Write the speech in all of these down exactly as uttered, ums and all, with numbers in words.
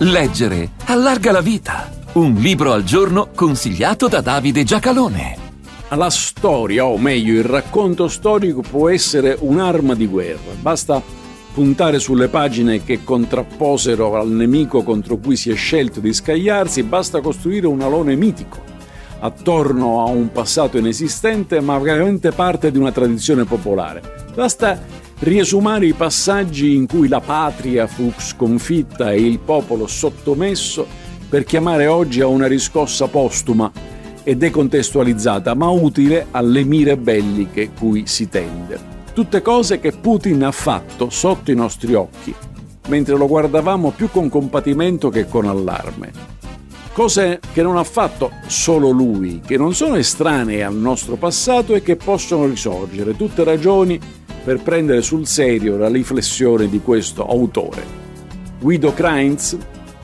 Leggere allarga la vita. Un libro al giorno consigliato da Davide Giacalone. La storia, o meglio il racconto storico, può essere un'arma di guerra. Basta puntare sulle pagine che contrapposero al nemico contro cui si è scelto di scagliarsi, basta costruire un alone mitico attorno a un passato inesistente ma veramente parte di una tradizione popolare. Basta riesumare i passaggi in cui la patria fu sconfitta e il popolo sottomesso per chiamare oggi a una riscossa postuma e decontestualizzata, ma utile alle mire belliche cui si tende. Tutte cose che Putin ha fatto sotto i nostri occhi, mentre lo guardavamo più con compatimento che con allarme. Cose che non ha fatto solo lui, che non sono estranee al nostro passato e che possono risorgere. Tutte ragioni per prendere sul serio la riflessione di questo autore. Guido Kreintz,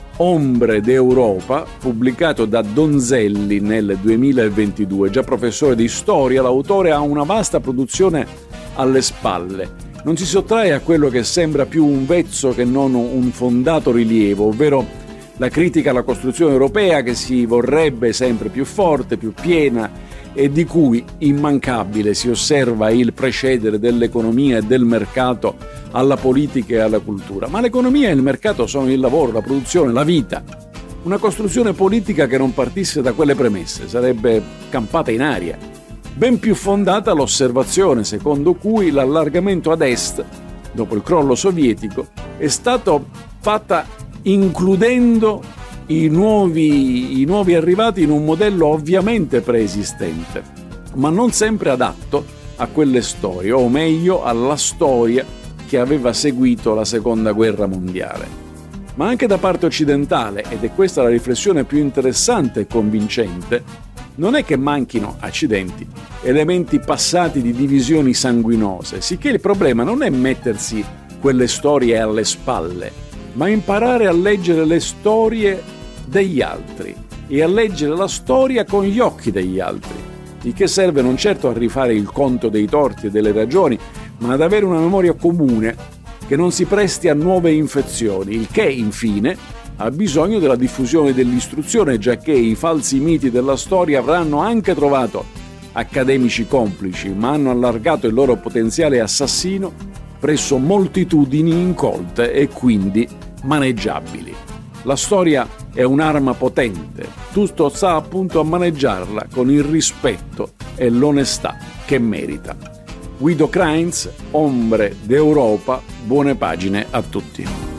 Ombre d'Europa, pubblicato da Donzelli nel duemilaventidue. Già professore di storia, l'autore ha una vasta produzione alle spalle. Non si sottrae a quello che sembra più un vezzo che non un fondato rilievo, ovvero la critica alla costruzione europea che si vorrebbe sempre più forte, più piena e di cui immancabile si osserva il precedere dell'economia e del mercato alla politica e alla cultura. Ma l'economia e il mercato sono il lavoro, la produzione, la vita. Una costruzione politica che non partisse da quelle premesse sarebbe campata in aria. Ben più fondata l'osservazione secondo cui l'allargamento ad est, dopo il crollo sovietico, è stato fatta includendo i nuovi, i nuovi arrivati in un modello ovviamente preesistente, ma non sempre adatto a quelle storie, o meglio alla storia che aveva seguito la Seconda Guerra Mondiale. Ma anche da parte occidentale, ed è questa la riflessione più interessante e convincente, non è che manchino, accidenti, elementi passati di divisioni sanguinose, sicché il problema non è mettersi quelle storie alle spalle, ma imparare a leggere le storie degli altri e a leggere la storia con gli occhi degli altri, il che serve non certo a rifare il conto dei torti e delle ragioni, ma ad avere una memoria comune che non si presti a nuove infezioni, il che, infine, ha bisogno della diffusione dell'istruzione, giacché i falsi miti della storia avranno anche trovato accademici complici, ma hanno allargato il loro potenziale assassino presso moltitudini incolte e quindi maneggiabili. La storia è un'arma potente, tutto sta appunto a maneggiarla con il rispetto e l'onestà che merita. Guido Kreintz, Ombre d'Europa, buone pagine a tutti.